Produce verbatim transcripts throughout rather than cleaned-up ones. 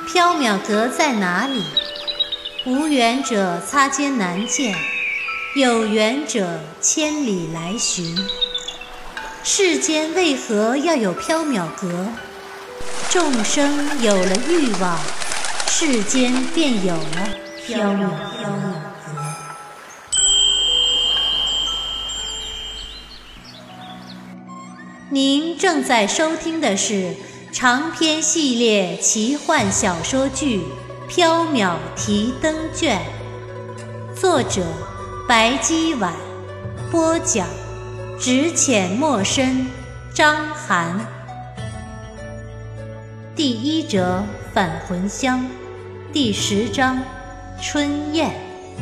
缥缈阁在哪里？无缘者擦肩难见，有缘者千里来寻。世间为何要有缥缈阁？众生有了欲望，世间便有了缥缈缥缈阁。您正在收听的是长篇系列奇幻小说剧《缥缈提灯卷》，作者白姬婉，播讲只浅墨深，张涵。第一折返魂香，第十章春宴。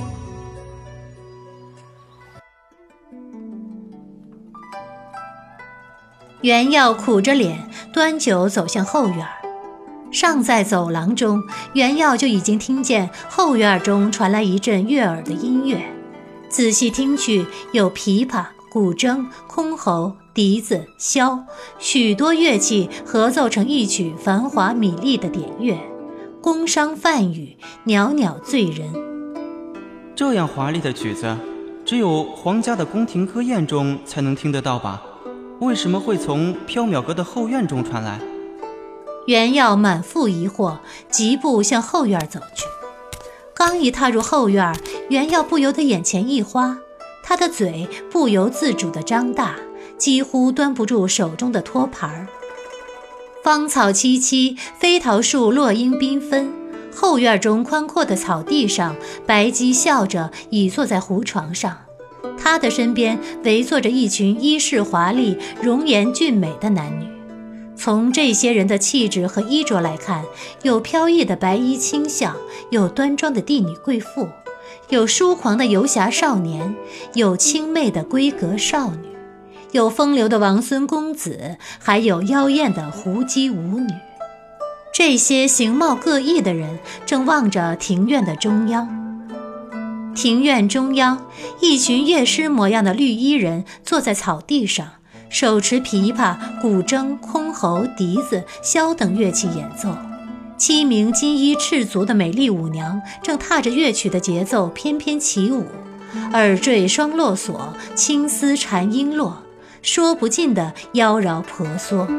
袁耀苦着脸端酒走向后院，尚在走廊中，袁耀就已经听见后院中传来一阵悦耳的音乐。仔细听去，有琵琶、古筝、箜篌、笛子、箫，许多乐器合奏成一曲繁华mỹ丽的典乐，宫商泛语，袅袅醉人。 这样华丽的曲子，只有皇家的宫廷歌宴中才能听得到吧？为什么会从缥缈阁的后院中传来？ 袁耀满腹疑惑，疾步向后院走去。刚一踏入后院，袁耀不由得眼前一花，他的嘴不由自主地张大，几乎端不住手中的托盘。芳草萋萋，飞桃树落英缤纷。后院中宽阔的草地上，白姬笑着倚坐在胡床上，他的身边围坐着一群衣饰华丽、容颜俊美的男女。从这些人的气质和衣着来看，有飘逸的白衣卿相，有端庄的帝女贵妇，有疏狂的游侠少年，有清媚的闺阁少女，有风流的王孙公子，还有妖艳的胡姬舞女。这些形貌各异的人正望着庭院的中央。庭院中央，一群乐师模样的绿衣人坐在草地上，手持琵琶、古筝、箜篌、笛子、箫等乐器演奏。七名金衣赤足的美丽舞娘正踏着乐曲的节奏翩翩起舞，耳坠双落锁，青丝缠璎珞，说不尽的妖娆婆娑。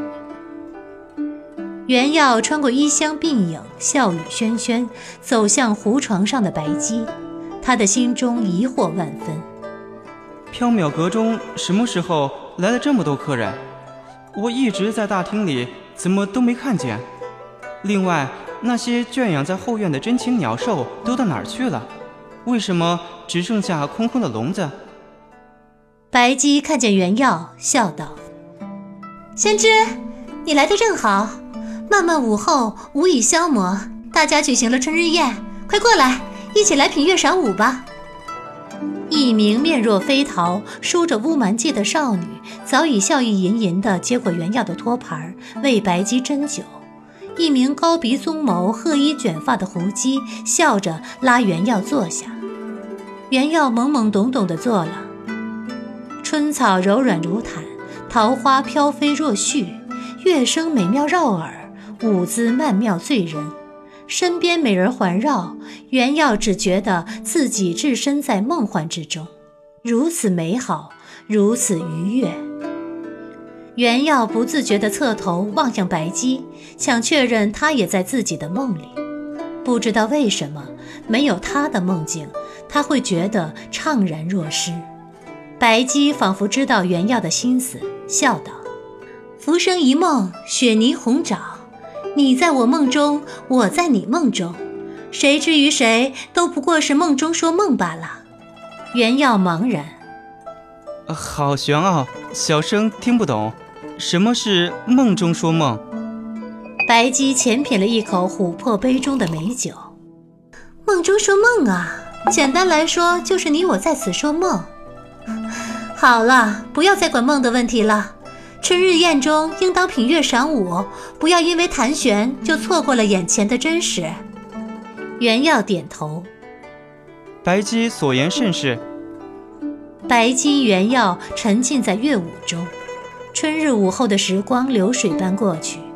袁耀穿过衣香鬓影，笑语轩轩，走向胡床上的白姬。他的心中疑惑万分。 缥缈阁中什么时候来了这么多客人？我一直在大厅里，怎么都没看见？另外，那些圈养在后院的珍禽鸟兽都到哪儿去了？为什么只剩下空空的笼子？ 白姬看见袁耀，笑道：先知，你来得正好，漫漫午后无以消磨，大家举行了春日宴，快过来，一起来品乐赏舞吧。一名面若飞桃、梳着乌蛮髻的少女早已笑意吟吟地接过袁耀的托盘，为白姬斟酒。一名高鼻棕眸、褐衣卷发的胡姬笑着拉袁耀坐下。袁耀懵懵懂懂地坐了。春草柔软如毯，桃花飘飞若絮，乐声美妙绕耳，舞姿曼妙醉人。身边美人环绕，袁耀只觉得自己置身在梦幻之中，如此美好，如此愉悦。袁耀不自觉地侧头望向白姬，想确认她也在自己的梦里。不知道为什么，没有她的梦境，他会觉得怅然若失。白姬仿佛知道袁耀的心思，笑道：浮生一梦，雪泥红爪，你在我梦中，我在你梦中，谁之于谁都不过是梦中说梦罢了。袁耀茫然。 好玄奥，小生听不懂，什么是梦中说梦？ 白姬浅品了一口琥珀杯中的美酒。梦中说梦啊，简单来说就是你我在此说梦。好了，不要再管梦的问题了，春日宴中应当品乐赏舞，不要因为谈玄就错过了眼前的真实。袁耀点头。 白姬所言甚是。 白姬、袁耀沉浸在乐舞中，春日午后的时光流水般过去，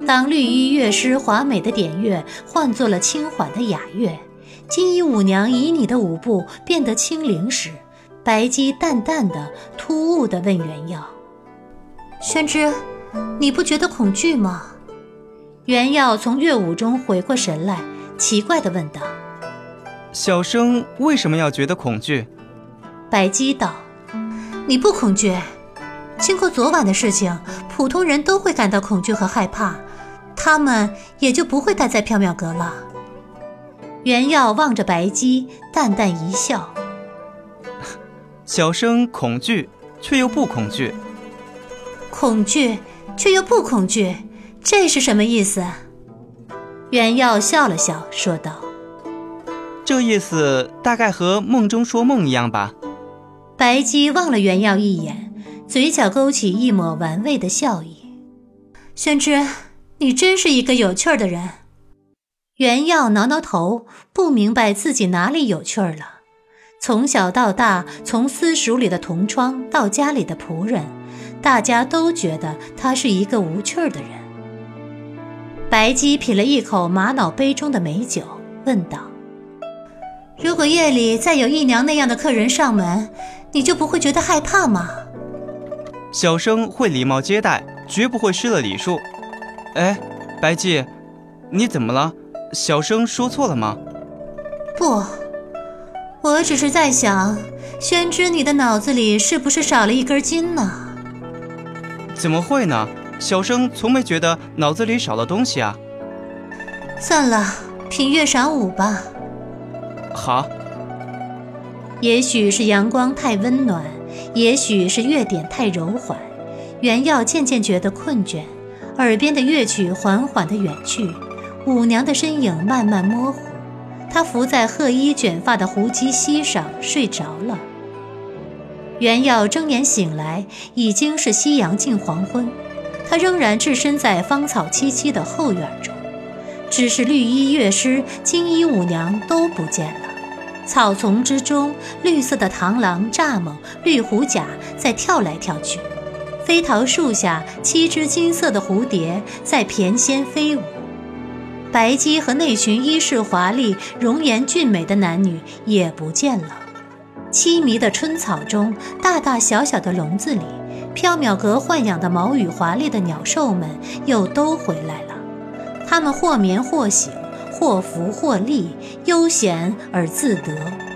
当绿衣乐师华美的点乐换作了轻缓的雅乐，金衣舞娘旖旎的舞步变得轻灵时，白姬淡淡的、突兀地问袁耀：“宣之，你不觉得恐惧吗？”袁耀从乐舞中回过神来，奇怪地问道：“ 小生为什么要觉得恐惧？” 白姬道：“你不恐惧？经过昨晚的事情，普通人都会感到恐惧和害怕，他们也就不会待在缥缈阁了。”袁耀望着白姬，淡淡一笑：“ 小生恐惧，却又不恐惧。” 恐惧，却又不恐惧，这是什么意思？袁耀笑了笑，说道：“ 这意思大概和梦中说梦一样吧。” 白姬望了袁耀一眼，嘴角勾起一抹玩味的笑意。“宣之，你真是一个有趣儿的人。”袁耀挠挠头，不明白自己哪里有趣儿了。从小到大，从私塾里的同窗到家里的仆人，大家都觉得他是一个无趣儿的人。白姬品了一口玛瑙杯中的美酒，问道：“如果夜里再有一娘那样的客人上门，你就不会觉得害怕吗？”“ 小生会礼貌接待，绝不会失了礼数。”“哎，白姬，你怎么了？小生说错了吗？”“ 不，我只是在想，宣之你的脑子里是不是少了一根筋呢？”“ 怎么会呢？小生从没觉得脑子里少了东西啊。”“ 算了，品乐赏舞吧。”“ 好。” 也许是阳光太温暖，也许是乐点太柔缓，袁耀渐渐觉得困倦，耳边的乐曲缓缓地远去，舞娘的身影慢慢模糊，她伏在褐衣卷发的胡姬膝上睡着了。袁耀睁眼醒来，已经是夕阳近黄昏，他仍然置身在芳草萋萋的后院中，只是绿衣乐师、金衣舞娘都不见了。草丛之中，绿色的螳螂、蚱蜢、绿狐甲在跳来跳去，飞桃树下，七只金色的蝴蝶在翩跹飞舞。白姬和那群衣饰华丽、容颜俊美的男女也不见了。凄迷的春草中，大大小小的笼子里，缥缈阁豢养的毛羽华丽的鸟兽们又都回来了。它们或眠或醒，或伏或立，悠闲而自得。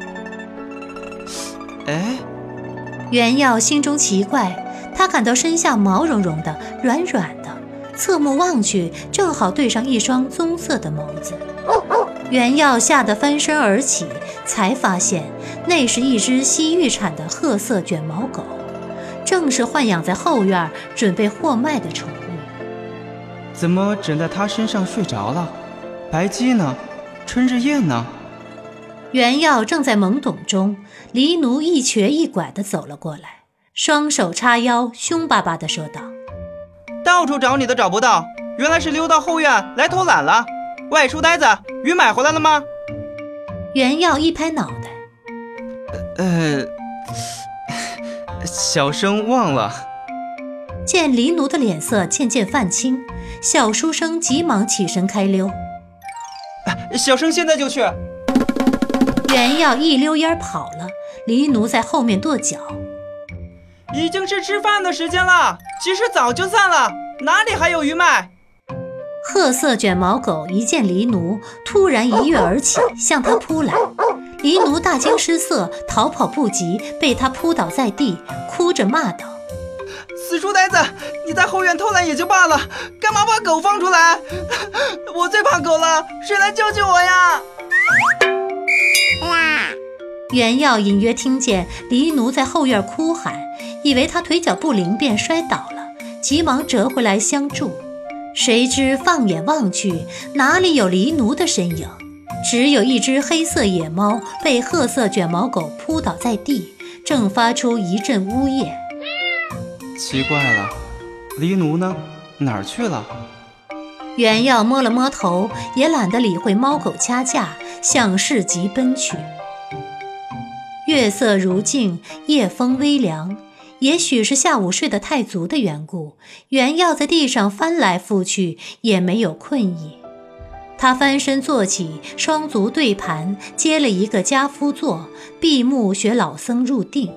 哎， 袁耀心中奇怪，他感到身下毛茸茸的、软软的，侧目望去，正好对上一双棕色的眸子。袁耀吓得翻身而起，才发现那是一只西域产的褐色卷毛狗，正是豢养在后院准备货卖的宠物。 怎么枕在他身上睡着了？白姬呢？春日宴呢？ 袁耀正在懵懂中，黎奴一瘸一拐地走了过来，双手叉腰，凶巴巴地说道：“ 到处找你都找不到，原来是溜到后院来偷懒了。外书呆子，鱼买回来了吗？” 袁耀一拍脑袋：“ 呃，小生忘了。” 见黎奴的脸色渐渐泛青，小书生急忙起身开溜：“ 小生现在就去。” 袁耀一溜烟跑了，黎奴在后面跺脚：“ 已经是吃饭的时间了，其实早就散了，哪里还有鱼卖？” 褐色卷毛狗一见黎奴，突然一跃而起，向他扑来。黎奴大惊失色，逃跑不及，被他扑倒在地，哭着骂道：“ 死书呆子，你在后院偷懒也就罢了，干嘛把狗放出来？我最怕狗了，谁来救救我呀？” 袁耀隐约听见黎奴在后院哭喊，以为他腿脚不灵便摔倒了，急忙折回来相助。谁知放眼望去，哪里有黎奴的身影，只有一只黑色野猫被褐色卷毛狗扑倒在地，正发出一阵呜咽。 奇怪了，黎奴呢？哪儿去了？ 袁耀摸了摸头，也懒得理会猫狗掐架，向市集奔去。月色如镜，夜风微凉， 也许是下午睡得太足的缘故，袁耀在地上翻来覆去，也没有困意。他翻身坐起，双足对盘，接了一个家夫坐，闭目学老僧入定。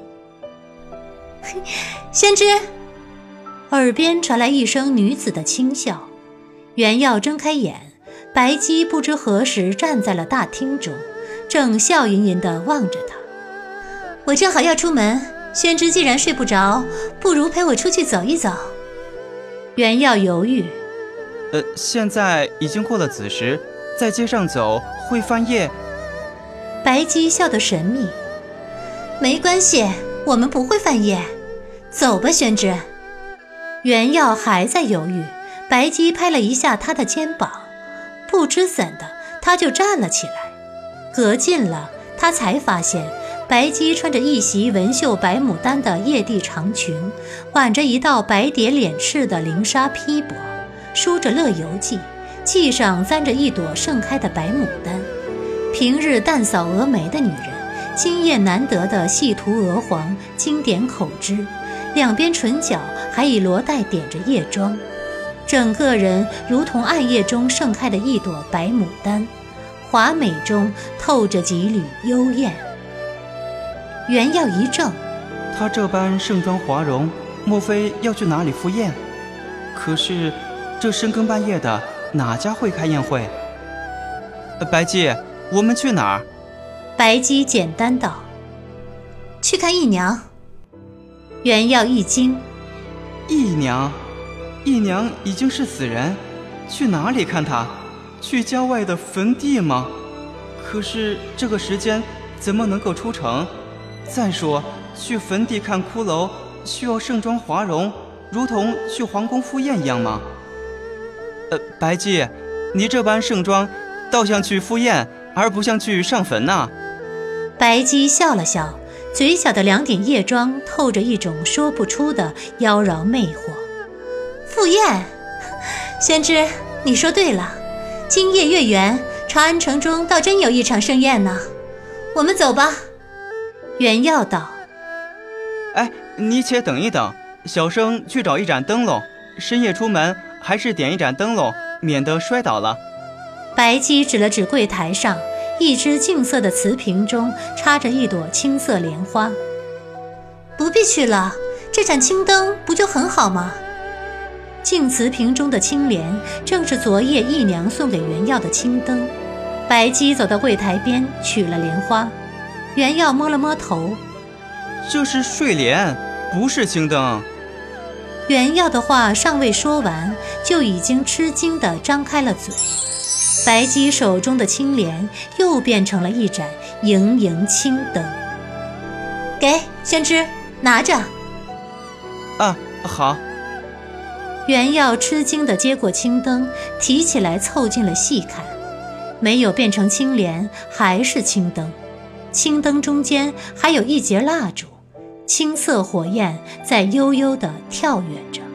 先知，耳边传来一声女子的轻笑。袁耀睁开眼，白姬不知何时站在了大厅中，正笑吟吟地望着他。我正好要出门，宣之既然睡不着，不如陪我出去走一走。袁耀犹豫， 呃，现在已经过了子时，在街上走会翻夜。 白姬笑得神秘，没关系，我们不会犯夜，走吧，宣之。袁耀还在犹豫，白姬拍了一下他的肩膀，不知怎的，他就站了起来。隔近了，他才发现白姬穿着一袭纹绣白牡丹的叶地长裙，挽着一道白蝶脸翅的绫纱披帛，梳着乐游髻，髻上簪着一朵盛开的白牡丹。平日淡扫蛾眉的女人，今夜难得的细涂鹅黄，经典口脂，两边唇角还以罗带点着叶妆，整个人如同暗夜中盛开的一朵白牡丹，华美中透着几缕幽艳。袁耀一怔， 她这般盛装华容，莫非要去哪里赴宴？可是这深更半夜的，哪家会开宴会？呃、白姬，我们去哪儿？ 白姬简单道：去看姨娘。袁耀一惊， 姨娘？姨娘已经是死人，去哪里看她？去郊外的坟地吗？可是这个时间怎么能够出城？再说去坟地看骷髅需要盛装华容，如同去皇宫赴宴一样吗？呃，白姬，你这般盛装倒像去赴宴，而不像去上坟呐、啊。 白姬笑了笑，嘴角的两点夜妆透着一种说不出的妖娆魅惑。赴宴？宣之，你说对了，今夜月圆，长安城中倒真有一场盛宴呢。我们走吧。袁耀道： 哎，你且等一等，小生去找一盏灯笼，深夜出门还是点一盏灯笼，免得摔倒了。 白姬指了指柜台上一只净色的瓷瓶，中插着一朵青色莲花。不必去了，这盏青灯不就很好吗？净瓷瓶中的青莲正是昨夜姨娘送给袁耀的青灯。白姬走到柜台边取了莲花，袁耀摸了摸头， 这是睡莲，不是青灯。 袁耀的话尚未说完，就已经吃惊地张开了嘴。白姬手中的青莲又变成了一盏盈盈青灯。给，宣之，拿着。 啊，好。 袁耀吃惊地接过青灯，提起来凑近了细看，没有变成青莲，还是青灯。青灯中间还有一截蜡烛，青色火焰在悠悠地跳跃着。